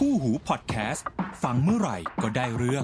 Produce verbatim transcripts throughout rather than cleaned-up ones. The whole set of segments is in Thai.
คู่หูพอดแคสต์ฟังเมื่อไหร่ก็ได้เรื่อง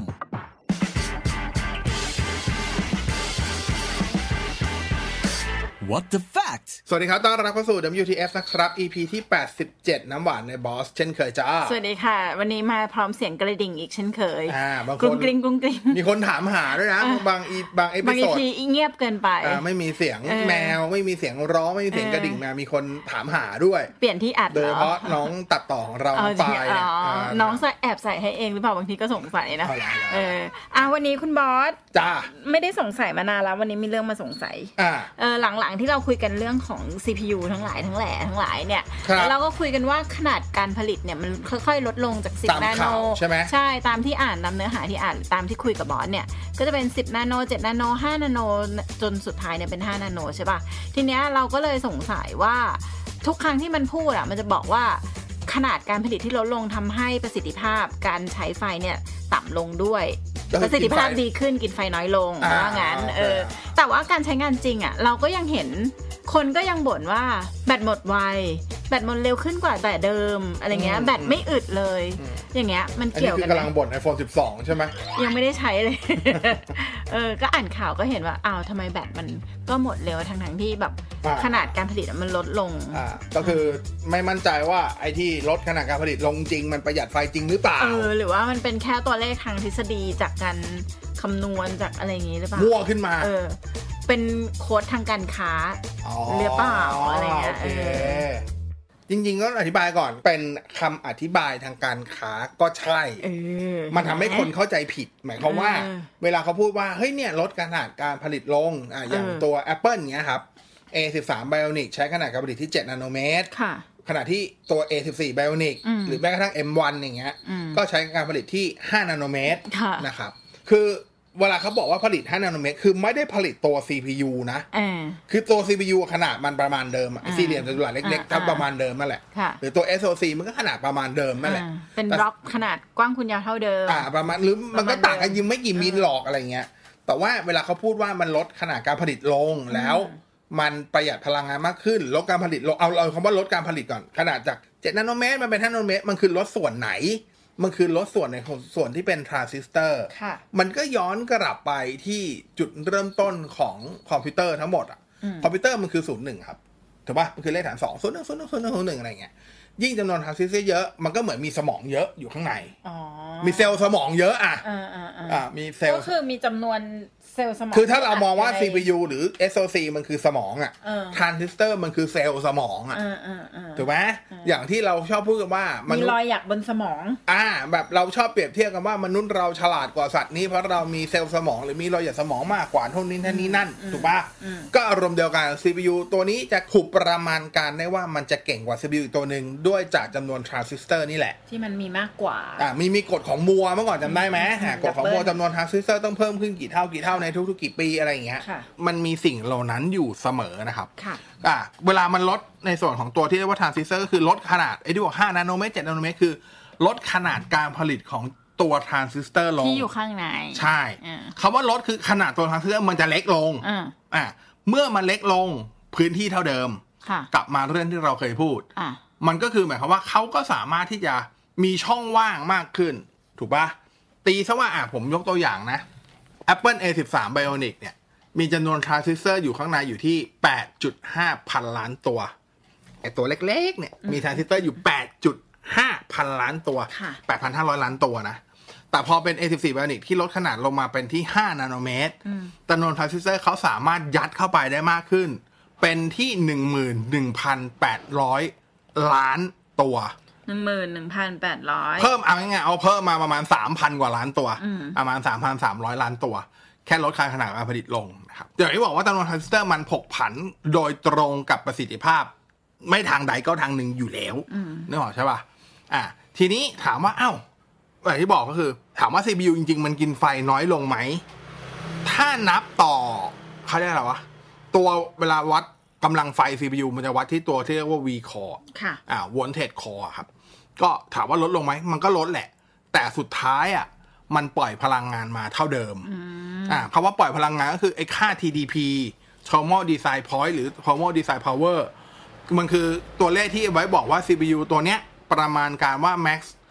What the fact สวัสดีครับต้อนรับเข้าสู่ ดับเบิลยู ที เอฟ นะครับ อี พี ที่แปดสิบเจ็ดน้ำหวานในบอสเช่นเคยจ้าสวัสดีค่ะวันนี้มาพร้อมเสียงกระดิ่งอีกเช่นเคยอ่าบางคนกุ้งกริ้งกุ้งกริ้งมีคนถามหาด้วยนะบางอีบางเอพิโซดบาง อี พี เงียบเกินไปอ่าไม่มีเสียงแมวไม่มีเสียงร้องไม่มีเสียงกระดิ่งแมวมีคนถามหาด้วยเปลี่ยนที่อัดโดยเฉพาะน้องตัดต่อของเราไฟล์เนี่ยน้องแอบใส่ให้เองหรือเปล่าบางทีก็สงสัยนะเอออ่ะวันนี้คุณบอสจ้าไม่ได้สงสัยมานานแล้ววันนี้มีเรื่องมาสงสัยอ่าเออหลังๆที่เราคุยกันเรื่องของ ซี พี ยู ทั้งหลายทั้งแหล่ทั้งหลายเนี่ยแล้วเราก็คุยกันว่าขนาดการผลิตเนี่ยมันค่อยๆลดลงจากสิบนาโนใช่ไหมใช่ตามที่อ่านตามเนื้อหาที่อ่านตามที่คุยกับบอสเนี่ยก็จะเป็นสิบนาโนเจ็ดนาโนห้านาโนจนสุดท้ายเนี่ยเป็นห้านาโนใช่ป่ะทีเนี้ยเราก็เลยสงสัยว่าทุกครั้งที่มันพูดอ่ะมันจะบอกว่าขนาดการผลิตที่ลดลงทำให้ประสิทธิภาพการใช้ไฟเนี่ยต่ำลงด้วยประสิทธิภาพดีขึ้นกินไฟน้อยลงว่างั้นเออแต่ว่าการใช้งานจริงอ่ะเราก็ยังเห็นคนก็ยังบ่นว่าแบตหมดไวแบตหมดเร็วขึ้นกว่าแต่เดิมอะไรเงี้ยแบตไม่อึดเลยอย่างเงี้ยมันเกี่ยวกันอันนี้คือกำลังบ่น iPhone สิบสองใช่ไหมยังไม่ได้ใช้เลย เออก็อ่านข่าวก็เห็นว่าอ้าวทำไมแบตมันก็หมดเร็วทั้งๆที่แบบขนาดการผลิตมันลดลงอ่าก็คือไม่มั่นใจว่าไอ้ที่ลดขนาดการผลิตลงจริงมันประหยัดไฟจริงหรือเปล่าเออหรือว่ามันเป็นแค่ตัวเลขทางทฤษฎีจากการคำนวณจากอะไรอย่างงี้หรือเปล่ามั่วขึ้นมาเออเป็นโค้ดทางการค้าหรือเปล่าอะไรเงี้ยเออจริงๆก็อธิบายก่อนเป็นคำอธิบายทางการค้าก็ใช่มันทำให้คนเข้าใจผิดหมายความว่าเวลาเขาพูดว่าเฮ้ยเนี่ยลดขนาดการผลิตลงอ่ะอย่างตัว Apple เงี้ยครับ เอ สิบสาม Bionic ใช้ขนาดการผลิตที่เจ็ดนาโนเมตรขณะที่ตัว เอ สิบสี่ Bionic หรือแม้กระทั่ง เอ็ม วัน อย่างเงี้ยก็ใช้การผลิตที่ห้านาโนเมตรนะครับคือเวลาเขาบอกว่าผลิตห้านาโนเมตรคือไม่ได้ผลิตตัว ซี พี ยู นะคือตัว ซี พี ยู ขนาดมันประมาณเดิมสี่เหลี่ยมจัตุรัสเล็กๆถ้าประมาณเดิมนั่นแหละหรือตัว เอส โอ ซี มันก็ขนาดประมาณเดิมนั่นแหละเป็นบล็อกขนาดกว้างคูณยาวเท่าเดิมอ่าประมาณหรือมันก็ต่างกันยิ่งไม่กี่มิลหรอกอะไรเงี้ยแต่ว่าเวลาเขาพูดว่ามันลดขนาดการผลิตลงแล้วมันประหยัดพลังงานมากขึ้นลดการผลิตลงเอาเอาคำว่าลดการผลิตก่อนขนาดจากเจ็ดนาโนเมตรมันเป็นห้านาโนเมตรมันคือลดส่วนไหนมันคือลดส่วนในส่วนที่เป็นทรานซิสเตอร์มันก็ย้อนกลับไปที่จุดเริ่มต้นของคอมพิวเตอร์ทั้งหมดอ่ะคอมพิวเตอร์มันคือศูนย์หนึ่งครับถูกป่ะมันคือเลขฐานสองศูนย์หนึ่งศูนย์หนึ่งศูนย์หนึ่งศูนย์หนึ่งอะไรเงี้ยยิ่งจำนวนทรานซิสเตอร์เยอะมันก็เหมือนมีสมองเยอะอยู่ข้างในมีเซลล์สมองเยอะอ่ะอ่ามีเซลล์ก็คือมีจำนวนเซลล์สมองคือถ้าเรามองว่า ซี พี ยู หรือ เอส โอ ซี มันคือสมองอ่ะทรานซิสเตอร์มันคือเซลล์สมองอ่ะถูกไหมอย่างที่เราชอบพูดกันว่ามีรอยหยักบนสมองอ่าแบบเราชอบเปรียบเทียบกันว่ามนุษย์เราฉลาดกว่าสัตว์นี้เพราะเรามีเซลล์สมองหรือมีรอยหยักสมองมากกว่าเท่านี้เท่านี้นั่นถูกป่ะก็อารมณ์เดียวกัน ซี พี ยู ตัวนี้จะถูกประมาณการได้ว่ามันจะเก่งกว่า ซี พี ยู อีกตัวนึงด้วยจากจำนวนทรานซิสเตอร์นี่แหละที่มันมีมากกว่าอ่ามีมีกฎของมัวเมื่อก่อนจำได้ไหมกฎของมัวจำนวนทรานซิสเตอร์ต้องเพิ่มขึ้นกี่เท่ากี่เท่าในทุกๆกี่ปีอะไรอย่างเงี้ยมันมีสิ่งเหล่านั้นอยู่เสมอนะครับอ่าเวลามันลดในส่วนของตัวที่เรียกว่าทรานซิสเตอร์ก็คือลดขนาดไอ้ที่บอกห้านาโนเมตรเจ็ดนาโนเมตรคือลดขนาดการผลิตของตัวทรานซิสเตอร์ลงที่อยู่ข้างในใช่คำว่าลดคือขนาดตัวทรานซิสเตอร์มันจะเล็กลงอ่าเมื่อมันเล็กลงพื้นที่เท่าเดิมกลับมาเรื่องที่เราเคยพูดมันก็คือหมายความว่าเขาก็สามารถที่จะมีช่องว่างมากขึ้นถูกป่ะตีซะว่าอ่ะผมยกตัวอย่างนะ Apple เอ สิบสาม Bionic เนี่ยมีจำนวนทรานซิสเตอร์อยู่ข้างในอยู่ที่ แปดจุดห้า พันล้านตัวไอ้ตัวเล็กๆเนี่ยมีทรานซิสเตอร์อยู่ แปดจุดห้า พันล้านตัว แปดพันห้าร้อย ล้านตัวนะแต่พอเป็น เอ สิบสี่ Bionic ที่ลดขนาดลงมาเป็นที่ห้านาโนเมตรจำนวนทรานซิสเตอร์เขาสามารถยัดเข้าไปได้มากขึ้นเป็นที่ หนึ่งหมื่นหนึ่งพันแปดร้อย ล้านตัวหนึ่งหมื่นหนึ่งพันแปดร้อยเพิ่มเอาง่ายๆเอาเพิ่มมาประมาณ สามพัน กว่าล้านตัวประมาณ สามพันสามร้อย ล้านตัวแค่ลดขนาดการผลิตลงนะครับอย่างที่บอกว่าจำนวนทรานซิสเตอร์มันผกผันโดยตรงกับประสิทธิภาพไม่ทางใดก็ทางหนึ่งอยู่แล้วนึกออกใช่ป่ะอ่ะทีนี้ถามว่าอ้าวอย่างที่บอกก็คือถามว่า ซี พี ยู จริงๆมันกินไฟน้อยลงไหมถ้านับต่อเขาเรียกอะไรวะตัวเวลาวัดกำลังไฟ ซี พี ยู มันจะวัดที่ตัวที่เรียกว่า V core ค่ะอ่า voltage core ครับก็ถามว่าลดลงไหมมันก็ลดแหละแต่สุดท้ายอ่ะมันปล่อยพลังงานมาเท่าเดิมอ่าคำว่าปล่อยพลังงานก็คือไอ้ค่า ที ดี พี thermal design point หรือ thermal design power มันคือตัวเลขที่ไว้บอกว่า ซี พี ยู ตัวเนี้ยประมาณการว่า max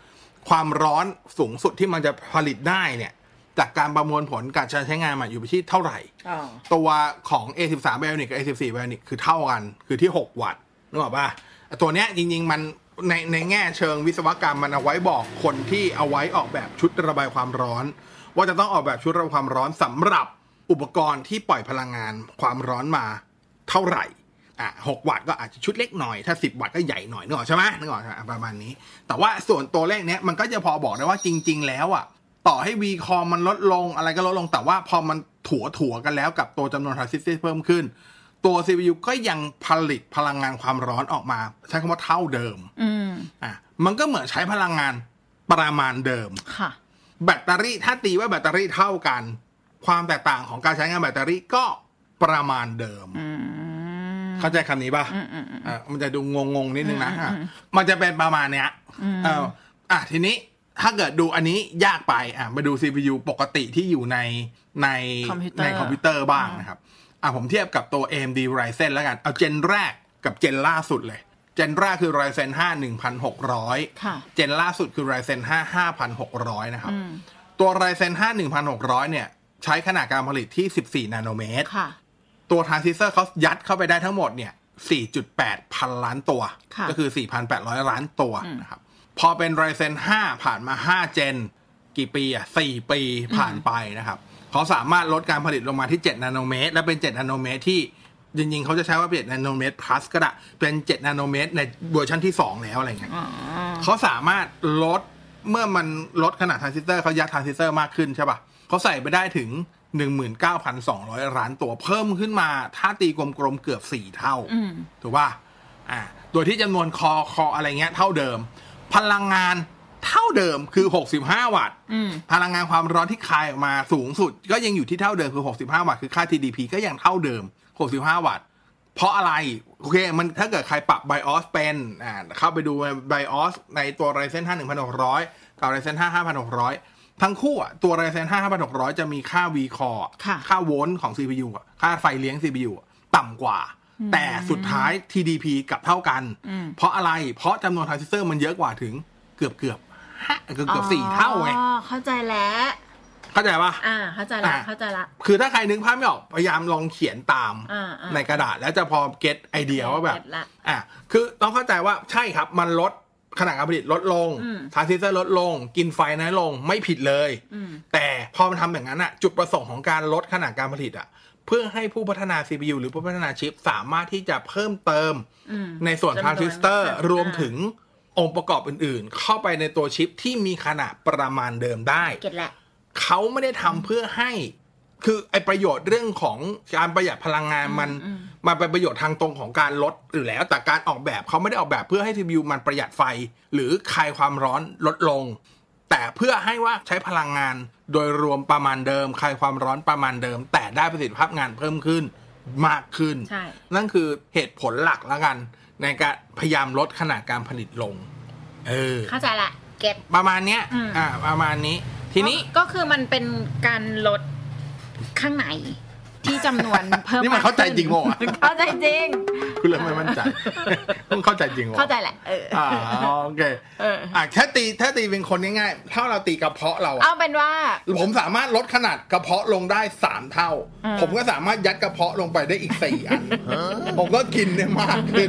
ความร้อนสูงสุดที่มันจะผลิตได้เนี่ยจากการประมวลผลการใช้งานมันอยู่ที่เท่าไหร่ตัวของ เอ สิบสาม Bionic กับ เอ สิบสี่ Bionic คือเท่ากันคือที่หกวัตต์นึกออกป่ะตัวเนี้ยจริงๆมันในในแง่เชิงวิศวกรรมมันเอาไว้บอกคนที่เอาไว้ออกแบบชุดระบายความร้อนว่าจะต้องออกแบบชุดระบายความร้อนสำหรับอุปกรณ์ที่ปล่อยพลังงานความร้อนมาเท่าไหร่อ่ะหกวัตต์ก็อาจจะชุดเล็กหน่อยถ้าสิบวัตต์ก็ใหญ่หน่อยนึกออกใช่ไหมนึกออกประมาณนี้แต่ว่าส่วนตัวเลขเนี้ยมันก็จะพอบอกได้ว่าจริงๆแล้วอ่ะต่อให้ V คอมมันลดลงอะไรก็ลดลงแต่ว่าพอมันถัวถัวกันแล้วกับตัวจำนวนทรานซิสเตอร์เพิ่มขึ้นตัว ซี พี ยู ก็ยังผลิตพลังงานความร้อนออกมาใช้คำว่าเท่าเดิมอืมอ่ะมันก็เหมือนใช้พลังงานประมาณเดิมค่ะแบตเตอรี่ถ้าตีว่าแบตเตอรี่เท่ากันความแตกต่างของการใช้งานแบตเตอรี่ก็ประมาณเดิมเข้าใจคำนี้ป่ะอ่ามันจะดูงงๆนิดนึงนะมันจะเป็นประมาณเนี้ยเอออ่ะทีนี้ถ้าเกิดดูอันนี้ยากไปอ่ะมาดู ซี พี ยู ปกติที่อยู่ในในในคอมพิวเตอร์บ้างนะครับอ่ะผมเทียบกับตัว เอ เอ็ม ดี Ryzen แล้วกันเอาเจนแรกกับเจนล่าสุดเลยเจนแรกคือ Ryzen ห้า หนึ่งพันหกร้อยค่ะเจนล่าสุดคือ Ryzen ห้า ห้าพันหกร้อยนะครับตัว Ryzen ห้า หนึ่งพันหกร้อยเนี่ยใช้ขนาดการผลิตที่สิบสี่นาโนเมตรค่ะตัวทรานซิสเตอร์เขายัดเข้าไปได้ทั้งหมดเนี่ย สี่จุดแปด พันล้านตัวก็คือ สี่พันแปดร้อย ล้านตัวนะครับพอเป็น Ryzen ห้าผ่านมาห้าเจนกี่ปีอ่ะสี่ปีผ่านไปนะครับเขาสามารถลดการผลิตลงมาที่เจ็ดนาโนเมตรและเป็นเจ็ดนาโนเมตรที่จริงๆเขาจะใช้ว่าเจ็ดนาโนเมตร plus ก็ได้เป็นเจ็ดนาโนเมตรในเวอร์ชันที่สองแล้วอะไรเงี้ยเขาสามารถลดเมื่อมันลดขนาดทรานซิสเตอร์เขายัดทรานซิสเตอร์มากขึ้นใช่ป่ะเขาใส่ไปได้ถึง หนึ่งหมื่นเก้าพันสองร้อย ล้านตัวเพิ่มขึ้นมาถ้าตีกลมๆเกือบสี่เท่าถูกป่ะอ่าโดยที่จำนวนคอคออะไรเงี้ยเท่าเดิมพลังงานเท่าเดิมคือหกสิบห้าวัตต์พลังงานความร้อนที่คายออกมาสูงสุดก็ยังอยู่ที่เท่าเดิมคือหกสิบห้าวัตต์คือค่า ที ดี พี ก็ยังเท่าเดิมหกสิบห้าวัตต์เพราะอะไรโอเคมันถ้าเกิดใครปรับ BIOS เป็นอ่าเข้าไปดู BIOS ในตัว Ryzen ห้า หนึ่งพันหกร้อย กับ Ryzen ห้า ห้าพันหกร้อยทั้งคู่อ่ะตัว Ryzen ห้า ห้าพันหกร้อยจะมีค่า V Core ค่าโวลต์ของ ซี พี ยู อ่ะค่าไฟเลี้ยง ซี พี ยู ต่ำกว่าแต่สุดท้าย ที ดี พี กับเท่ากันเพราะอะไรเพราะจำนวนทรานซิสเตอร์มันเยอะกว่าถึงเกือบเกือบเกือบเกือบสี่เท่าไงเข้าใจแล้วเข้าใจป่ะอ่าเข้าใจละเข้าใจละคือถ้าใครนึกภาพไม่ออกพยายามลองเขียนตามในกระดาษแล้วจะพอเก็ตไอเดียว่าแบบอ่าคือต้องเข้าใจว่าใช่ครับมันลดขนาดการผลิตลดลงทรานซิสเตอร์ลดลงกินไฟน้อยลงไม่ผิดเลยแต่พอมันทำอย่างนั้นอ่ะจุดประสงค์ของการลดขนาดการผลิตอ่ะเพื่อให้ผู้พัฒนา ซี พี ยู หรือผู้พัฒนาชิปสามารถที่จะเพิ่มเติมในส่วนทรานซิสเตอร์รวมถึงองค์ประกอบอื่นๆเข้าไปในตัวชิปที่มีขนาดประมาณเดิมได้เก็ทแหละเขาไม่ได้ทำเพื่อให้คือไอประโยชน์เรื่องของการประหยัดพลังงานมันมันเป็นประโยชน์ทางตรงของการลดอยู่แล้วแต่การออกแบบเขาไม่ได้ออกแบบเพื่อให้ ซี พี ยู มันประหยัดไฟหรือคายความร้อนลดลงแต่เพื่อให้ว่าใช้พลังงานโดยรวมประมาณเดิมคายความร้อนประมาณเดิมแต่ได้ประสิทธิภาพงานเพิ่มขึ้นมากขึ้นนั่นคือเหตุผลหลักแล้วกันในการพยายามลดขนาดการผลิตลงเออเข้าใจละเก็ตประมาณเนี้ยอ่าประมาณนี้ทีนี้ก็คือมันเป็นการลดข้างในที่จำนวนเพิ่มนี่มันเข้าใจจริงมั้ยเข้าใจจริงคุณเลยไม่มั่นใจคุณเข้าใจจริงมั้ยเข้าใจแหละเอออ่าโอเคเอออ่ะแค่ตีถ้าตีเป็นคนง่ายๆถ้าเราตีกระเพาะเราเอาเป็นว่าผมสามารถลดขนาดกระเพาะลงได้สามเท่าผมก็สามารถยัดกระเพาะลงไปได้อีกสี่อันผมก็กินได้มากขึ้น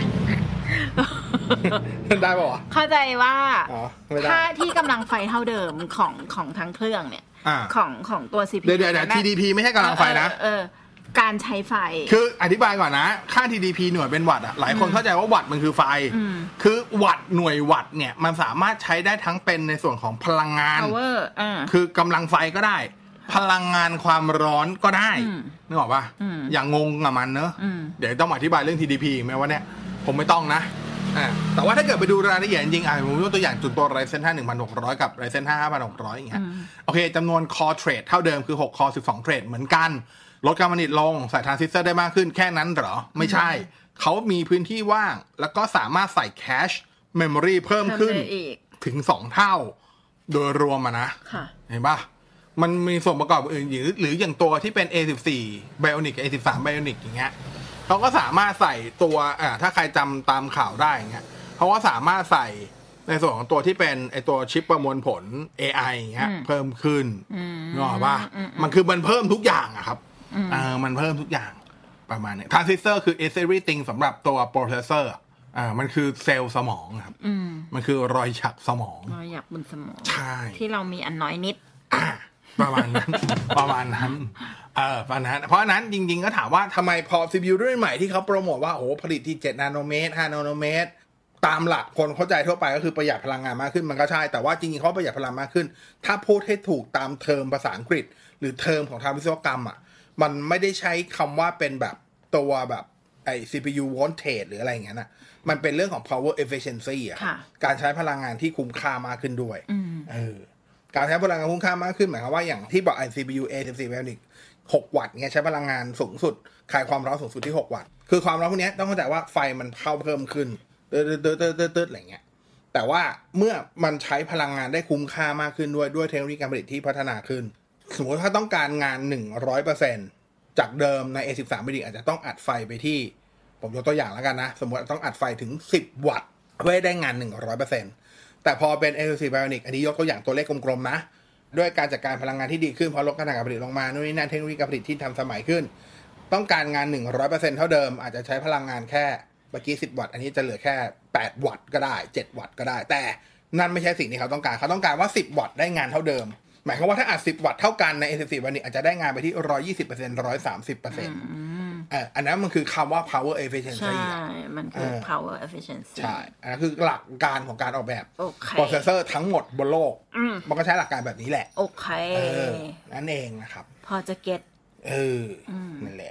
ได้ป่ะเข้าใจว่าถ้าที่กำลังไฟเท่าเดิมของของทั้งเครื่องเนี่ยของของตัว ซี พี ยูเดี๋ยวๆ ที ดี พี ไม่ใช่กำลังไฟนะเออการใช้ไฟคืออธิบายก่อนนะค่า ที ดี พี หน่วยเป็นวัตต์อ่ะหลายคนเข้าใจว่าวัตต์มันคือไฟคือวัตต์หน่วยวัตต์เนี่ยมันสามารถใช้ได้ทั้งเป็นในส่วนของพลังงาน power คือกำลังไฟก็ได้พลังงานความร้อนก็ได้นึกออกป่ะอย่างงงกับมันเนอะเดี๋ยวต้องอธิบายเรื่อง ที ดี พี ไหมว่าเนี่ยผมไม่ต้องนะแต่ว่าถ้าเกิดไปดูรายละเอียดจริงๆอ่ะผมยกตัวอย่างจุดตัว Ryzen ห้า หนึ่งพันหกร้อย กับ Ryzen ห้า ห้าพันหกร้อย อย่างเงี้ยโอเคจำนวน core trade เท่าเดิมคือหก core สิบสอง trade เหมือนกันลดการผลิตลงใส่ทรานซิสเตอร์ได้มากขึ้นแค่นั้นเหรอไม่ใช่เขามีพื้นที่ว่างแล้วก็สามารถใส่ cache memory เพิ่มขึ้นถึงสองเท่าโดยรวมอ่ะนะเห็นป่ะมันมีส่วนประกอบอื่นหรืออย่างตัวที่เป็น เอ สิบสี่ Bionic กับ เอ สิบสาม Bionic อย่างเงี้ยเขาก็สามารถใส่ตัวอ่าถ้าใครจำตามข่าวได้อย่างเงี้ยเขาก็สามารถใส่ในส่วนของตัวที่เป็นไอตัวชิปประมวลผล เอ ไอ เงี้ยเพิ่มขึ้นนึกออกป่ะมันคือมันเพิ่มทุกอย่างอะครับเออมันเพิ่มทุกอย่างประมาณนี้ทรานซิสเตอร์คือ everything สำหรับตัวโปรเซสเซอร์อ่ามันคือเซลล์สมองครับมันคือรอยหยักสมองรอยหยักบนสมองใช่ที่เรามีอันน้อยนิดประมาณนั้นประมาณนั้นเออประมาณนั้นเพราะฉะนั้นจริงๆก็ถามว่าทำไมพอ ซี พี ยู รุ่นใหม่ที่เขาโปรโมทว่าโอ้ผลิตที่เจ็ดนาโนเมตรห้านาโนเมตรตามหลักคนเข้าใจทั่วไปก็คือประหยัดพลังงานมากขึ้นมันก็ใช่แต่ว่าจริงๆเขาประหยัดพลังมากขึ้นถ้าพูดให้ถูกตามเทอมภาษาอังกฤษหรือเทอมของทางวิศวกรรมอ่ะมันไม่ได้ใช้คำว่าเป็นแบบตัวแบบไอ้ ซี พี ยู voltage หรืออะไรอย่างเงี้ยนะมันเป็นเรื่องของ power efficiency อ่ะการใช้พลังงานที่คุ้มค่ามากขึ้นด้วยเออการใช้พลังงานคุ้มค่ามากขึ้นหมายความว่าอย่างที่บอกไอ้ ซี พี ยู เอ สิบสี่ Bionic หกวัตต์เงี้ยใช้พลังงานสูงสุดคายความร้อนสูงสุดที่หกวัตต์คือความร้อนพวกนี้ต้องเข้าใจว่าไฟมันเข้าเพิ่มขึ้นตึ๊ดๆๆๆๆอะไรเงี้ยแต่ว่าเมื่อมันใช้พลังงานได้คุ้มค่ามากขึ้นด้วยด้วยเทคโนโลยีการผลิตที่พัฒนาขึ้นสมมติถ้าต้องการงาน หนึ่งร้อยเปอร์เซ็นต์ จากเดิมใน เอ สิบสาม Bionic อาจจะต้องอัดไฟไปที่ผมยกตัวอย่างแล้วกันนะสมมติต้องอัดไฟถึงสิบวัตต์เพื่อให้ได้งาน หนึ่งร้อยเปอร์เซ็นต์ แต่พอเป็น เอ สิบสี่ Bionic อันนี้ยกตัวอย่างตัวเลขกลมๆนะด้วยการจัดการพลังงานที่ดีขึ้นพอลดขนาดการผลิตลงมานู่นนี่นั่นเทคโนโลยีการผลิตที่ทันสมัยขึ้นต้องการงาน หนึ่งร้อยเปอร์เซ็นต์ เท่าเดิมอาจจะใช้พลังงานแค่เมื่อกี้สิบวัตต์อันนี้จะเหลือแค่แปดวัตต์ก็ได้เจ็ดวัตต์ก็ได้แต่นั่นไม่ใช่สิ่งที่เขาต้องการเขาต้องการว่าสิบวัตต์ได้งานเท่าเดิมหมายความว่าถ้าอัดสิบวัตต์เท่ากันใน เอ สิบสี่ Bionic อาจจะได้งานไปที่ หนึ่งร้อยยี่สิบเปอร์เซ็นต์ หนึ่งร้อยสามสิบเปอร์เซ็นต์ เอ่ออันนั้นมันคือคำว่า power efficiency ใช่มันคือ power efficiency ใช่อันนั้นคือหลักการของการออกแบบ processor ทั้งหมดบนโลกมันก็ใช้หลักการแบบนี้แหละโอเคเออนั่นเองนะครับพอจะเก็ตเออนั่นแหละ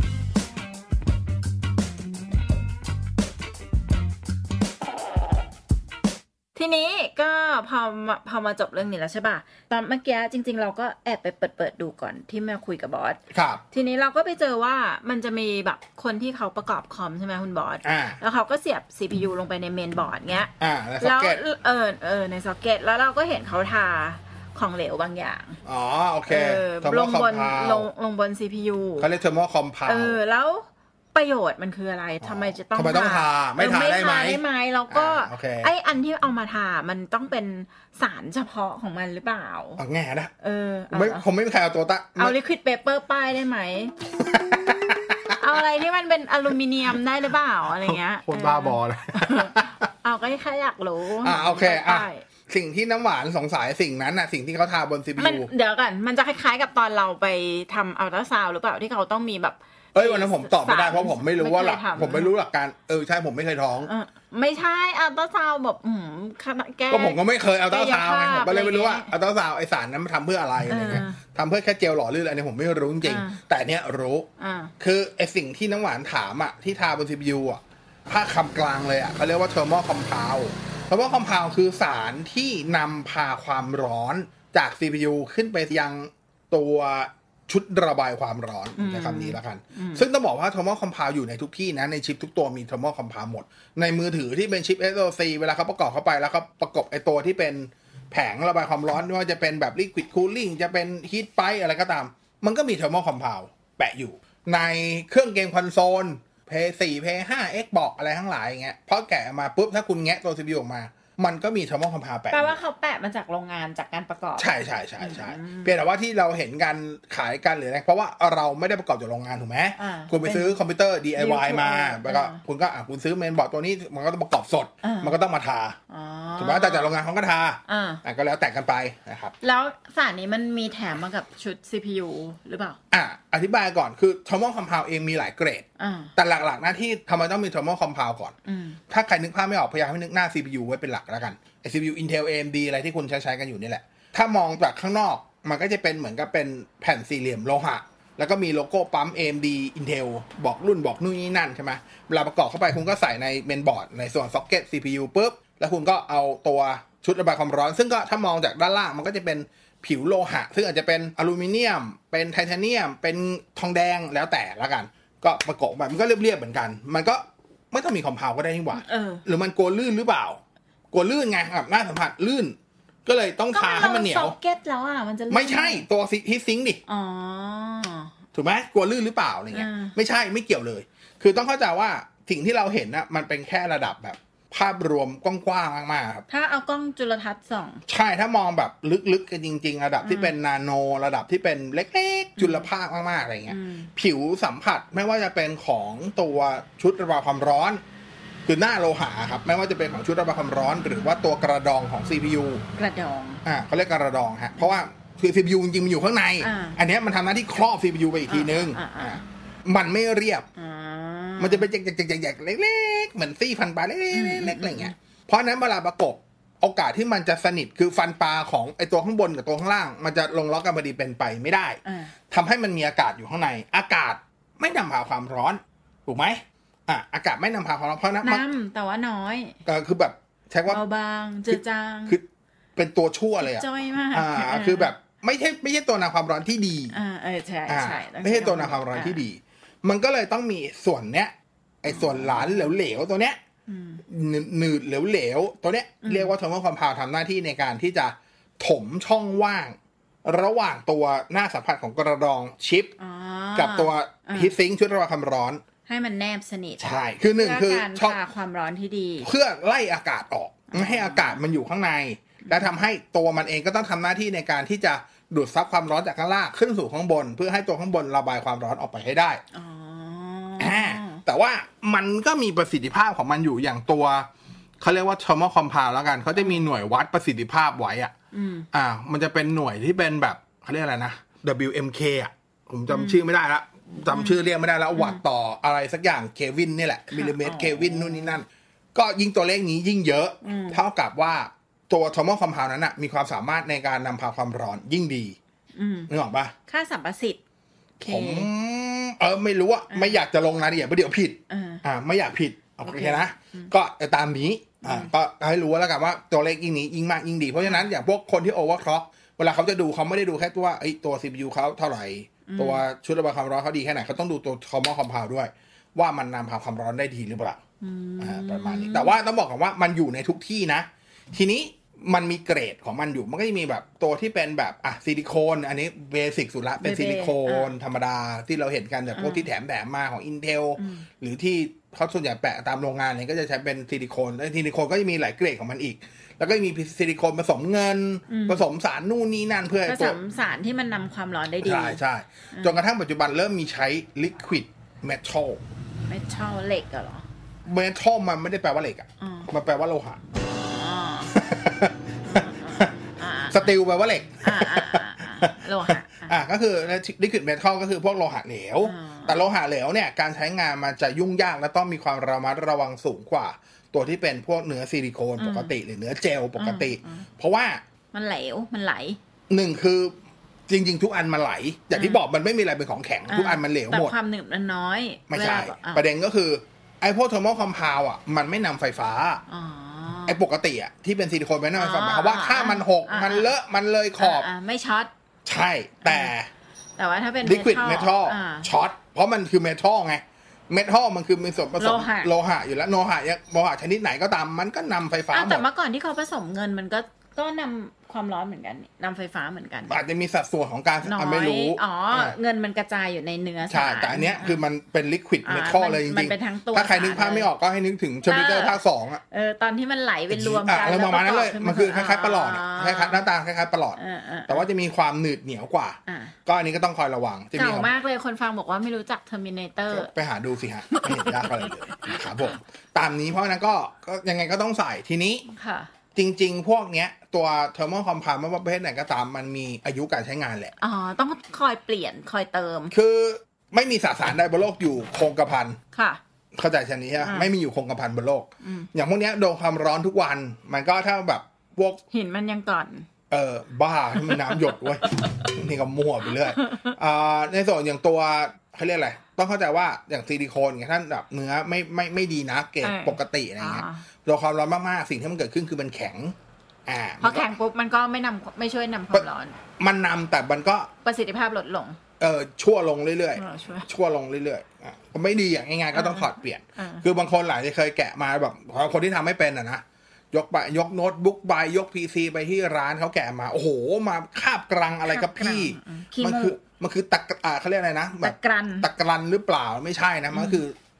ทีนี้ก็พอพอมาจบเรื่องนี้แล้วใช่ป่ะตอนเมื่อกี้จริงๆเราก็แอบไปเปิดเปิดดูก่อนที่มาคุยกับบอสครับทีนี้เราก็ไปเจอว่ามันจะมีแบบคนที่เขาประกอบคอมใช่ไหมคุณบอสแล้วเขาก็เสียบ ซี พี ยู ลงไปในเมนบอร์ดเงี้ยแล้วเออเออในซ็อกเก็ตแล้วเราก็เห็นเขาทาของเหลวบางอย่างอ๋อโอเคลงบนลงลงบน ซี พี ยูเขาเรียก thermal compound เออแล้วประโยชน์มันคืออะไรทำไมจะต้องทำไมต้องทาไม่ทาได้ไหมได้ไหมแล้วก็ไออันที่เอามาทามันต้องเป็นสารเฉพาะของมันหรือเปล่าอ๋อแง่นะเออไม่ผมไม่มีใครเอาตัวตะเอาลิควิดเปเปอร์ป้ายได้ไหมเอาอะไรที่มันเป็นอลูมิเนียมได้หรือเปล่าอะไรเงี้ยคนบ้าบอเลยเอาก็แค่อยากรู้อ่าโอเคอ่ะสิ่งที่น้ำหวานสงสัยสิ่งนั้นน่ะสิ่งที่เขาทาบน ซี พี ยูเดี๋ยวกันมันจะคล้ายๆกับตอนเราไปทำอัลตราซาวด์หรือเปล่าที่เขาต้องมีแบบเอ้ยวันนั้นผมตอบไม่ได้เพราะผมไม่รู้ว่าหลักผมไม่รู้หลักการเออใช่ผมไม่เคยท้องไม่ใช่อัลตราซาวด์แบบอืมแกก็ผมก็ไม่เคยอัลตราซาวด์ไงผมก็เลยไม่รู้ว่าอัลตราซาวด์ไอสารนั้นมันทำเพื่ออะไรอะไรเงี้ยทำเพื่อแค่เจลหล่อลื่นอะไรเนี่ยผมไม่รู้จริงๆแต่เนี้ยรู้คือไอสิ่งที่น้ำหวานถามอ่ะที่ทาบน ซี พี ยู อ่ะภาคคำกลางเลยอ่ะเขาเรียกว่า thermal compound thermal compound คือสารที่นำพาความร้อนจาก ซี พี ยู ขึ้นไปยังตัวชุดระบายความร้อนในคำนี้แล้วกันซึ่งต้องบอกว่า thermal compound อยู่ในทุกที่นะในชิปทุกตัวมี thermal compound หมดในมือถือที่เป็นชิป เอส โอ ซี เวลาเขาประกอบเข้าไปแล้วเขาประกบไอตัวที่เป็นแผงระบายความร้อนไม่ว่าจะเป็นแบบ liquid cooling จะเป็น heat pipe อะไรก็ตามมันก็มี thermal compound แปะอยู่ในเครื่องเกมคอนโซล พี โฟร์ พี ไฟว์ Xbox อะไรทั้งหลายอย่างเงี้ยพอแกะมาปุ๊บถ้าคุณแงะตัว ซี พี ยู ออกมามันก็มี thermal compound แปะแปลว่าเขาแปะมาจากโรงงานจากการประกอบใช่ใช่ใช่ใช่เพียงแต่ว่าที่เราเห็นกันขายกันหรืออะไรเพราะว่าเราไม่ได้ประกอบจากโรงงานถูกไหมคุณไปซื้อคอมพิวเตอร์ ดี ไอ วาย มาแล้วก็คุณก็อ่ะคุณซื้อเมนบอร์ดตัวนี้มันก็ต้องประกอบสดมันก็ต้องมาทาถูกไหมแต่จากโรงงานเขาก็ทาอ่ะก็แล้วแต่กันไปนะครับแล้วสารนี้มันมีแถมมากับชุด ซี พี ยู หรือเปล่าอ่ะอธิบายก่อนคือ thermal compound เองมีหลายเกรดแต่หลักๆหน้าที่ทำไมต้องมี thermal compound ก่อนถ้าใครนึกภาพไม่ออกพยายามให้นึกหน้า ซี พี ยู ไว้เป็นหลักแล้วกันซี พี ยู Intel เอ เอ็ม ดี อะไรที่คุณใช้ใช้กันอยู่นี่แหละถ้ามองจากข้างนอกมันก็จะเป็นเหมือนกับเป็นแผ่นสี่เหลี่ยมโลหะแล้วก็มีโลโก้ปั๊ม เอ เอ็ม ดี Intel บอกรุ่นบอกนู่นนี่นั่นใช่ไหมเวลาประกอบเข้าไปคุณก็ใส่ในเมนบอร์ดในส่วนซ็อกเก็ต ซี พี ยู ปุ๊บแล้วคุณก็เอาตัวชุดระบายความร้อนซึ่งก็ถ้ามองจากด้านล่างมันก็จะเป็นผิวโลหะซึ่งอาจจะเป็นอลูมิเนียมเป็นไทเทเนียมเป็นทองแดงแล้วแต่ละกันก็ประกอบแบบมันก็เรียบๆเหมือนกันมันก็ไม่ต้องมีคอมเพลก็ได้นี่หว่าหรือมันกลัวลื่นหรือเปล่ากลัวลื่นไงแบบหน้าสัมผัสลื่นก็เลยต้องทาให้มันเหนียวซ็อกเก็ตแล้วอ่ะมันจะไม่ใช่ตัวฮีทซิงค์ดิอ๋อถูกไหมกลัวลื่นหรือเปล่าอะไรเงี้ยไม่ใช่ไม่เกี่ยวเลยคือต้องเข้าใจว่าสิ่งที่เราเห็นนะมันเป็นแค่ระดับแบบภภาพรวมกว้างๆมากๆครับถ้าเอากล้องจุลทรรศน์ส่องใช่ถ้ามองแบบลึกๆกันจริงๆระดับที่เป็นนาโนระดับที่เป็นเล็กๆจุลภาคมากๆอะไรเงี้ยผิวสัมผัสไม่ว่าจะเป็นของตัวชุดระบายความร้อนคือหน้าโลหะครับไม่ว่าจะเป็นของชุดระบายความร้อนหรือว่าตัวกระดองของ ซี พี ยูกระดองอ่าเขาเรียกกระดองฮะเพราะว่าคือ ซี พี ยู จริงๆมันอยู่ข้างใน อ, อันนี้มันทำหน้าที่ครอบ ซี พี ยู ไปอีกทีนึงมันไม่เรียบมันจะเป็นแจกๆๆๆเล็กๆเหมือนซี่ฟันปลาเล็กๆๆอะไรเงี้ยเพราะนั้นเวลาประกบโอกาสที่มันจะสนิทคือฟันปลาของไอตัวข้างบนกับตัวข้างล่างมันจะลงล็อกกันพอดีเป็นไปไม่ได้ทำให้มันมีอากาศอยู่ข้างในอากาศไม่นำพาความร้อนถูกไหมอ่ะอากาศไม่นำพาความร้อนเพราะนั้นน้ำแต่ว่าน้อยก็คือแบบใช้ว่าเบาบางเจือจางคือเป็นตัวชั่วเลยอ่ะจ้อยมากอ่าคือแบบไม่ใช่ไม่ใช่ตัวนำความร้อนที่ดีอ่าเออใช่ใช่ไม่ใช่ตัวนำความร้อนที่ดีมันก็เลยต้องมีส่วนเนี้ยไอ้ส่วนหลานเหลวๆตัวเนี้ยหนืดเหลวๆตัวเนี้ยเรียกว่าเทอร์โมคอมเพลด์ทำหน้าที่ในการที่จะถมช่องว่างระหว่างตัวหน้าสัมผัสของกระดองชิปกับตัวฮีทซิงค์ชุดระบายความร้อนให้มันแนบสนิทใช่คือหนึ่งคือช่องความร้อนที่ดีเพื่อไล่อากาศออกไม่ให้อากาศมันอยู่ข้างในและทำให้ตัวมันเองก็ต้องทำหน้าที่ในการที่จะดูดซับความร้อนจากข้างล่างขึ้นสู่ข้างบนเพื่อให้ตัวข้างบนระบายความร้อนออกไปให้ได้อ๋อแต่ว่ามันก็มีประสิทธิภาพของมันอยู่อย่างตัวเขาเรียกว่า thermal compound แล้วกันเขาจะมีหน่วยวัดประสิทธิภาพไว้อ่ะอ่ามันจะเป็นหน่วยที่เป็นแบบเขาเรียกอะไรนะ ดับเบิลยู เอ็ม เค อ่ะผมจำชื่อไม่ได้ละจำชื่อเรียกไม่ได้แล้ววัตต์ต่ออะไรสักอย่างเควินนี่แหละมิลลิเมตรเควินนู่นนี่นั่นก็ยิ่งตัวเลขนี้ยิ่งเยอะเท่ากับว่าตัว thermal compound นั้นน่ะมีความสามารถในการนำพาความร้อนยิ่งดีนึกออกปะค่าสัมประสิทธิ์ผมเออไม่รู้อ่ะไม่อยากจะลงรายละเอียดเพราะเดี๋ยวผิดอ่าไม่อยากผิดโอเคนะก็ตามนี้อ่าก็ให้รู้แล้วกันว่าตัวเลขยิ่งนี้ยิ่งมากยิ่งดีเพราะฉะนั้นอย่างพวกคนที่ overclock เวลาเขาจะดูเขาไม่ได้ดูแค่ตัวไอ้ตัว ซี พี ยู เขาเท่าไหร่ตัวชุดระบายความร้อนเขาดีแค่ไหนเขาต้องดูตัว thermal compound ด้วยว่ามันนำพาความร้อนได้ดีหรือเปล่าอ่าประมาณนี้แต่ว่าต้องบอกก่อนว่ามันอยู่ในทุกที่นะทีนี้มันมีเกรดของมันอยู่มันก็จะมีแบบตัวที่เป็นแบบอ่ะซิลิโคนอันนี้เบสิกสุดละเป็นซิลิโคนธรรมดาที่เราเห็นกันแบบพวกที่แถมแถมมาของ Intel หรือที่เขาส่วนใหญ่แปะตามโรงงานเนี่ยก็จะใช้เป็นซิลิโคนแล้วซิลิโคนก็จะมีหลายเกรดของมันอีกแล้วก็มีซิลิโคนผสมเงินผสมสารนู่นนี่นั่นเพื่อผสมสารที่มันนำความร้อนได้ดีใช่ใช่จนกระทั่งปัจจุบันเริ่มมีใช้ liquid metal metal เหล็กเหรอ metal มันไม่ได้แปลว่าเหล็กอ่ะมันแปลว่าโลหะสตีลแปลว่าเหล็กโลหะอ่ะก็คือ liquid metal ก็คือพวกโลหะเหลวแต่โลหะเหลวเนี่ยการใช้งานมันจะยุ่งยากและต้องมีความระมัดระวังสูงกว่าตัวที่เป็นพวกเนื้อซิลิโคนปกติหรือเนื้อเจลปกติเพราะว่ามันเหลวมันไหลหนึ่งคือจริงๆทุกอันมันไหลอย่างที่บอกมันไม่มีอะไรเป็นของแข็งทุกอันมันเหลวหมดแต่ความหนึบมันน้อยไม่ใช่ประเด็นก็คือไอ้พวก thermal compound อ่ะมันไม่นำไฟฟ้าไอ้ปกติอ่ะที่เป็นซิลิโคนไม่นำไฟฟ้าหมายความว่าถ้ามันหกมันเลอะมันเลยขอบไม่ช็อตใช่แต่แต่ว่าถ้าเป็น liquid metal ช็อตเพราะมันคือ metal ไงเมทัลมันคือมีส่วนผสมโลหะอยู่แล้วโลหะโลหะชนิดไหนก็ตามมันก็นำไฟฟ้าหมดแต่เมื่อก่อนที่เขาผสมเงินมันก็ก็นำความร้อนเหมือนกันนำไฟฟ้าเหมือนกันอาจจะมีสัดส่วนของการไม่รู้อ๋อเงินมันกระจายอยู่ในเนื้อใช่แต่อันเนี้ยคือมันเป็นลิควิดเมทัลเลยจริงๆถ้าใครนึกภาพไม่ออกก็ให้นึกถึงชมิเตอร์ภาคสองอ่ะเออตอนที่มันไหลเป็นรวมกันแล้วประมาณนั้นเลยมันคือคล้ายๆปลอดคล้ายๆหน้าตาคล้ายๆปลอดแต่ว่าจะมีความหนืดเหนียวกว่าก็อันนี้ก็ต้องคอยระวังเก่ามากเลยคนฟังบอกว่าไม่รู้จัก Terminator ไปหาดูสิฮะไม่เห็นยากอะไรเลยครับผมตามนี้เพราะนั้นก็ยังไงก็ต้องใส่ทีนี้จริงๆพวกเนี้ยตัว thermal compound ไม่ว่าประเภทไหนก็ตามมันมีอายุการใช้งานแหละอ๋อต้องคอยเปลี่ยนคอยเติมคือไม่มีสสารใดบนโลกอยู่คงกระพันค่ะเข้าใจเช่นนี้ใช่ไหมไม่มีอยู่คงกระพันบนโลกอย่างพวกเนี้ยโดนความร้อนทุกวันมันก็ถ้าแบบพวกหินมันยังก่อนเออบ้ามันน้ำหยดเว้ยนี่ก็มั่วไปเรื่อยอ่าในส่วนอย่างตัวเขาเรียกอะไรต้องเข้าใจว่าอย่างซิลิโคนเนี่ยท่านแบบเนื้อไม่ไม่ไม่ดีนะเกรดปกติอะไรเงี้ยโดนความร้อนมากๆสิ่งที่มันเกิดขึ้นคือมันแข็งอ่าพอแข็งปุ๊บมันก็ไม่นำไม่ช่วยนำความร้อนมันนำแต่มันก็ประสิทธิภาพลดลงเออชั่วลงเรื่อยๆชั่วลงเรื่อยๆอ่ะก็ไม่ดีอย่างง่ายๆก็ต้องถอดเปลี่ยนคือบางคนหลายจะเคยแกะมาแบบคนที่ทำไม่เป็นอ่ะนะยกไปยกโน้ตบุ๊กไปยก พี ซี ไปที่ร้านเขาแกะมาโอ้โหมาคาบกรังอะไรกับพี่มันคือมันคือตะอ่าเขาเรียกอะไรนะแบบตะกรันตะกรันหรือเปล่าไม่ใช่นะมันคือไอ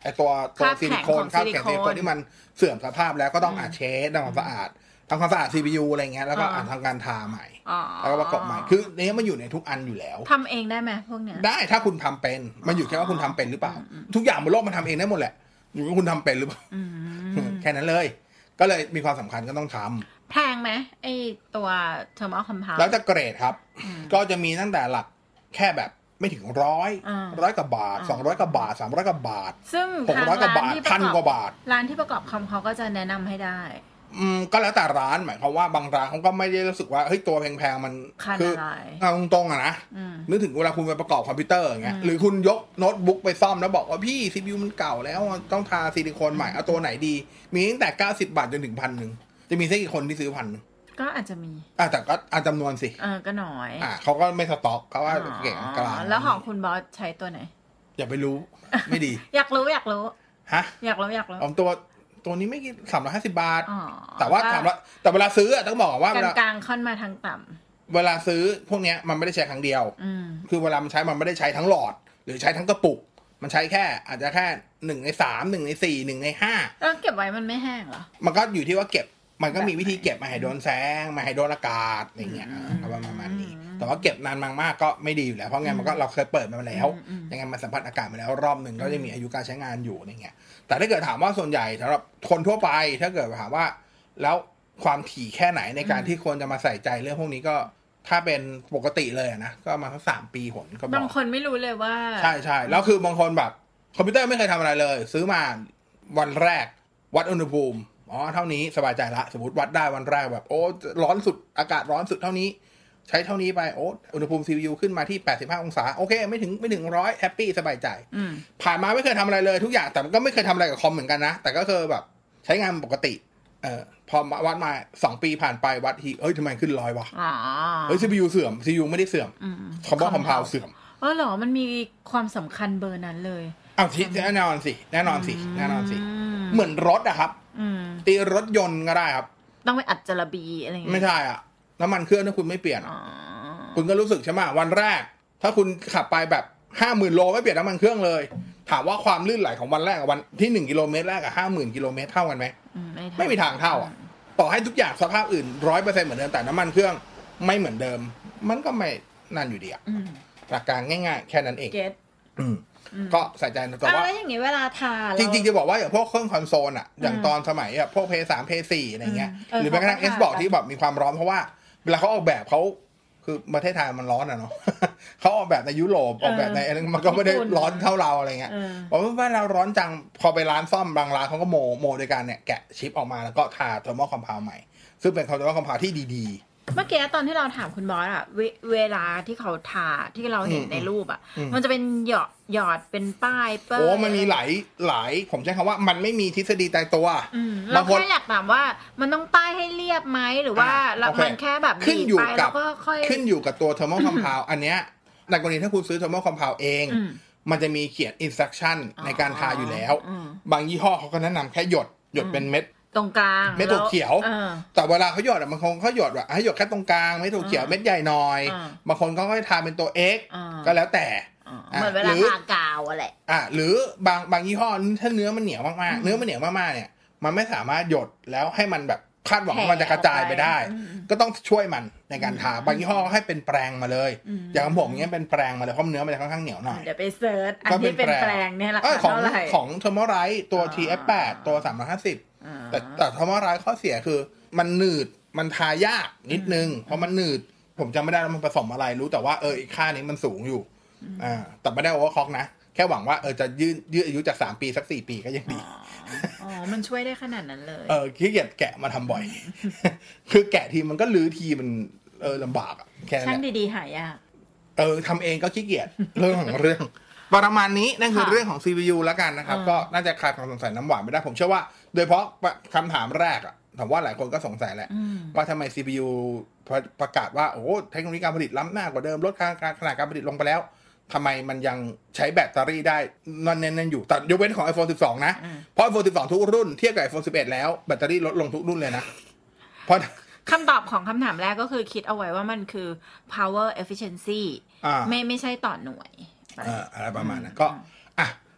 อตัวตัวซิลิโคนคราบแข็งซิลิโคนที่มันเสื่อมสภาพแล้วก็ต้องอาเช็ดทำความสะอาดทำความสะอาด ซี พี ยู อะไรเงี้ยแล้วก็อ่านทางการทาใหม่แล้วก็ประกอบใหม่คือเนี้ยมันอยู่ในทุกอันอยู่แล้วทำเองได้ไหมพวกเนี้ยได้ถ้าคุณทำเป็นมันอยู่แค่ว่าคุณทำเป็นหรือเปล่าทุกอย่างบนโลกมันทำเองได้หมดแหละอยู่ที่คุณทำเป็นหรือเปล่าแค่นั้นเลยก็เลยมีความสำคัญก็ต้องทำแพงไหมไอตัวเทอร์โมคอมเพลซ์แล้วจะเกรดครับก็จะมีตั้งแต่หลักแค่แบบไม่ถึงร้อยร้อยกว่าบาทสองร้อยกว่าบาทสามร้อยกว่าบาทซึ่งหกร้อยกว่าบาทพันกว่าบาทร้านที่ประกอบคอมเขาก็จะแนะนำให้ได้อืมก็แล้วแต่ร้านหมายความว่าบางร้านเขาก็ไม่ได้รู้สึกว่าเฮ้ยตัวแพงๆมันคือเอาตรงๆอะนะนึกถึงเวลาคุณไปประกอบคอมพิวเตอร์อย่างเงี้ยหรือคุณยกโน้ตบุ๊กไปซ่อมแล้วบอกว่าพี่ ซี พี ยู มันเก่าแล้วต้องทาซิลิโคนใหม่เอาตัวไหนดีมีตั้งแต่เก้าสิบบาทจนถึง หนึ่งพัน นึงจะมีสักกี่คนที่ซื้อ หนึ่งพัน นึงก็อาจจะมีอ่ะแต่ก็อาจจำนวนสิเออก็น้อยอ่ะเขาก็ไม่สต็อกเขาว่าเก่งกลางแล้วของคุณบอสใช้ตัวไหนอย่าไปรู้ไม่ดีอยากรู้อยากรู้ฮะอยากรู้อยากรู้ผมตัวตัวนี้ไม่กี่สามร้อยห้าสิบบาทแต่ว่าถามว่าแต่เวลาซื้อต้องบอกว่ากลางๆค่อนมาทางต่ำเวลาซื้อพวกเนี้ยมันไม่ได้ใช้ครั้งเดียวคือเวลามันใช้มันไม่ได้ใช้ทั้งหลอดหรือใช้ทั้งกระปุกมันใช้แค่อาจจะแค่หนึ่งในสามหนึ่งในสี่หนึ่งในห้าแล้วเก็บไว้มันไม่แห้งเหรอมันก็อยู่ที่ว่าเก็บมันก็มีวิธีเก็บมาให้โดนแสงมาให้โดนอากาศอะไรเงี้ยประมาณนี้แต่ว่าเก็บนานมากๆก็ไม่ดีอยู่แล้วเพราะงั้นมันก็เราเคยเปิดมาแล้วยังไงมันสัมผัสอากาศมาแล้วรอบหนึ่งก็จะมีอายุการใช้งานอยู่อะไรเงี้ยแต่ถ้าเกิดถามว่าส่วนใหญ่สำหรับคนทั่วไปถ้าเกิดถามว่าแล้วความถี่แค่ไหนในการที่ควรจะมาใส่ใจเรื่องพวกนี้ก็ถ้าเป็นปกติเลยนะก็มาสักสามปีหนก็บอกบางคนไม่รู้เลยว่าใช่ใช่แล้วคือบางคนแบบคอมพิวเตอร์ไม่เคยทำอะไรเลยซื้อมาวันแรกวัดอุณหภูมิอ๋อเท่านี้สบายใจละสมมติวัดได้วันแรกแบบโอ้ร้อนสุดอากาศร้อนสุดเท่านี้ใช้เท่านี้ไปโอ้อุณหภูมิ ซี พี ยู ขึ้นมาที่แปดสิบห้าองศาโอเคไม่ถึงไม่ถึงร้อยแฮปปี้สบายใจผ่านมาไม่เคยทำอะไรเลยทุกอย่างแต่ก็ไม่เคยทำอะไรกับคอมเหมือนกันนะแต่ก็คือแบบใช้งานปกติเอ่อพอวัดมาสองปีผ่านไปวัดทีเอ้ยทำไมขึ้นร้อยวะเฮ้ย ซี พี ยู เสื่อม ซี พี ยู ไม่ได้เสื่อมคอมคอมเพลซ์เสื่อมเออเหรอมันมีความสำคัญเบอร์นั้นเลยอ้าวแน่นอนสิแน่นอนสิแน่นอนสิเหมือนรถอะครับตีรถยนต์ก็ได้ครับต้องไปอัดจระบีอะไรอย่างเงี้ยไม่ใช่อ่ะน้ำมันเครื่องถ้าคุณไม่เปลี่ยนคุณก็รู้สึกใช่ไหมวันแรกถ้าคุณขับไปแบบ ห้าหมื่น โลไม่เปลี่ยนน้ำมันเครื่องเลยถามว่าความลื่นไหลของวันแรกกับวันที่หนึ่งกิโลเมตรแรกกับ ห้าหมื่น กิโลเมตรเท่ากันไหมไม่มีทางเท่าอ่ะต่อให้ทุกอย่างสภาพอื่น หนึ่งร้อยเปอร์เซ็นต์ เหมือนเดิมแต่น้ำมันเครื่องไม่เหมือนเดิมมันก็ไม่นั่นอยู่ดีอ่ะหลักการง่ายๆแค่นั้นเองก็ใส่ใจนะแต่ว่าแล้วอย่างงี้เวลาทาจริงๆจะบอกว่าอย่างพวกเครื่องคอนโซลอ่ะอย่างตอนสมัยอ่ะพวก เพย์ สาม เพย์ สี่ อะไรเงี้ยหรือแม้กระทั่ง Xbox ที่แบบมีความร้อนเพราะว่าเวลาเขาออกแบบเขาคือประเทศไทยมันร้อนอ่ะเนาะเขาออกแบบในยุโรปออกแบบในอะไรมันก็ไม่ได้ร้อนเท่าเราอะไรเงี้ยเพราะว่าเราร้อนจังพอไปร้านซ่อมบางร้านเขาก็โมโมโดยการเนี่ยแกะชิปออกมาแล้วก็ทาเทอร์โมคอมเพลซ์ใหม่ซึ่งเป็นเทอร์โมคอมเพลซ์ที่ดีๆเมื่อกี้ตอนที่เราถามคุณบอสอะเว, เวลาที่เขาทาที่เราเห็นในรูปอะมันจะเป็นหยอดหยอดเป็นป้ายเปิ้ลโอ้มันมีหลายหลายผมใช้คำว่ามันไม่มีทฤษฎีตายตัวเราแค่อยากถามว่ามันต้องป้ายให้เรียบไหมหรือว่ามันแค่แบบขึ้นอยู่กับขึ้นอยู่กับตัวเทอร์โมคอมเพลซ์อันเนี้ยในกรณีถ้าคุณซื้อเทอร์โมคอมเพลซ์เองมันจะมีเขียนอินสตรัคชั่นในการทาอยู่แล้วบางยี่ห้อเขาก็แนะนำแค่หยดหยดเป็นเม็ดตรงกลางเม็ดถั่วเขียวแต่เวลาเขาหยดอ่ะบางคนเขาหยดแบบให้หยดแค่ตรงกลางเม็ดถั่วเขียวเม็ดใหญ่หน่อยบางคนเขาก็ทาเป็นตัว X ก็แล้วแต่เหมือนเวลาทากาวอ่ะแหละอ่ะหรือบางบางยี่ห้อถ้าเนื้อมันเหนียวมากๆเนื้อมันเหนียวมากๆเนี่ยมันไม่สามารถหยดแล้วให้มันแบบคาดหวังว่ามันจะกระจายไปได้ก็ต้องช่วยมันในการทาบางยี่ห้อให้เป็นแปรงมาเลยอย่างของผมเนี้ยเป็นแปรงมาเลยเพราะเนื้อมันจะค่อนข้างเหนียวหน่อยเดี๋ยวไปเซิร์ชอันที่เป็นแปรงเนี่ยราคาเท่าไหร่ของเทอร์โมไรท์ตัว ที เอฟ แปด ตัวสามร้อยห้าสิบแต่แต่เทอร์โมไรท์ข้อเสียคือมันหนืดมันทายากนิดนึงเพราะมันหนืดผมจำไม่ได้ว่ามันผสมอะไรรู้แต่ว่าเอออีกค่านี้มันสูงอยู่อ่าแต่ไม่ได้โอเวอร์คล็อกนะแค่หวังว่าเออจะยืดยืดอายุจากสามปีสักสี่ปีก็ยังดีอ๋อมันช่วยได้ขนาดนั้นเลยเออขี้เกียจแกะมาทำบ่อยคือแกะทีมันก็ลื้อทีมันเออลำบากอ่ะแค่นั้นช่างดีๆหายากเออทำเองก็ขี้เกียจเรื่องของเรื่องประมาณนี้นั่นคือเรื่องของ ซี พี ยู แล้วกันนะครับก็น่าจะคลายความสงสัยน้ำหวานไม่ได้ผมเชื่อว่าโดยเฉพาะคำถามแรกอ่ะผมว่าหลายคนก็สงสัยแหละว่าทำไม ซี พี ยู ประกาศว่าโอ้เทคโนโลยีการผลิตล้ำหน้ากว่าเดิมลดขนาดการผลิตลงไปแล้วทำไมมันยังใช้แบตเตอรี่ได้นั่นนั่นอยู่แต่ยกเว้นของ ไอโฟน สิบสอง นะเพราะ ไอโฟน สิบสอง ทุกรุ่นเทียบกับ ไอโฟน สิบเอ็ด แล้วแบตเตอรี่ลดลงทุกรุ่นเลยนะเพราะคำตอบของคำถามแรกก็คือคิดเอาไว้ว่ามันคือ power efficiency ไม่ไม่ใช่ต่อหน่วยอะไรประมาณนั้นก็อ่ะ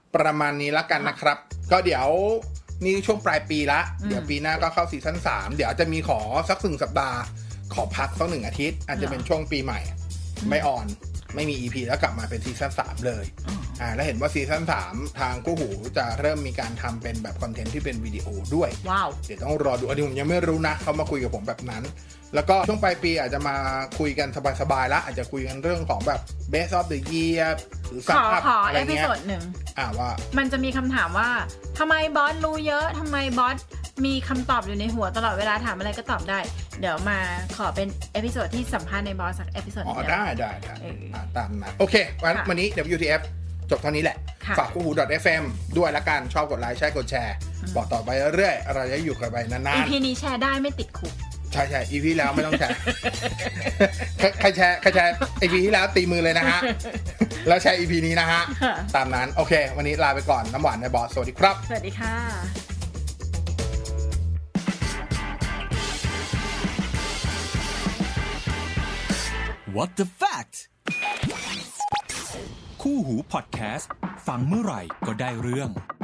ประมาณนี้แล้วกันนะครับก็เดี๋ยวนี่ช่วงปลายปีละเดี๋ยวปีหน้าก็เข้าซีซั่นสามเดี๋ยวจะมีขอสักหนึ่งสัปดาห์ขอพักสักหนึ่งอาทิตย์อาจจะเป็นช่วงปีใหม่ไม่ออนไม่มี อี พี แล้วกลับมาเป็นซีซั่นสามเลยอ่าแล้วเห็นว่าซีซั่นสามทางคู่หูจะเริ่มมีการทำเป็นแบบคอนเทนต์ที่เป็นวิดีโอด้วยว้าวเดี๋ยวต้องรอดูอันนี้ผมยังไม่รู้นะเขามาคุยกับผมแบบนั้นแล้วก็ช่วงปลายปีอาจจะมาคุยกันสบายๆแล้วอาจจะคุยกันเรื่องของแบบ Best of the Year หรือสักพักอะไรเงี้ยขอเอพิโซดหนึ่งอ่าว่ามันจะมีคำถามว่าทำไมบอสรู้เยอะทำไมบอสมีคำตอบอยู่ในหัวตลอดเวลาถามอะไรก็ตอบได้เดี๋ยวมาขอเป็นเอพิโซดที่สัมภาษณ์ในบอสสักเอพิโซดนึงอ๋อได้ได้ได้ตามนั้นโอเควันนี้ ดับเบิลยู ที เอฟ จบเท่านี้แหละฝากคู่หู .เอฟ เอ็ม ด้วยละกันชอบกดไลค์แชร์กดแชร์บอกต่อไปเรื่อยๆเราจะอยู่กันไปนานๆอี พี นี้แชร์ได้ไม่ติดคุกใช่ใช่ อี พี แล้วไม่ต้องแชร์ใครแชร์ใครแชร์ อี พี ที่แล้วตีมือเลยนะฮะแล้วแชร์ อี พี นี้นะฮะตามนั้นโอเควันนี้ลาไปก่อนน้ำหวานในบอสสวัสดีครับสวัสดีค่ะ What the fact คู่หูพอดแคสต์ฟังเมื่อไหร่ก็ได้เรื่อง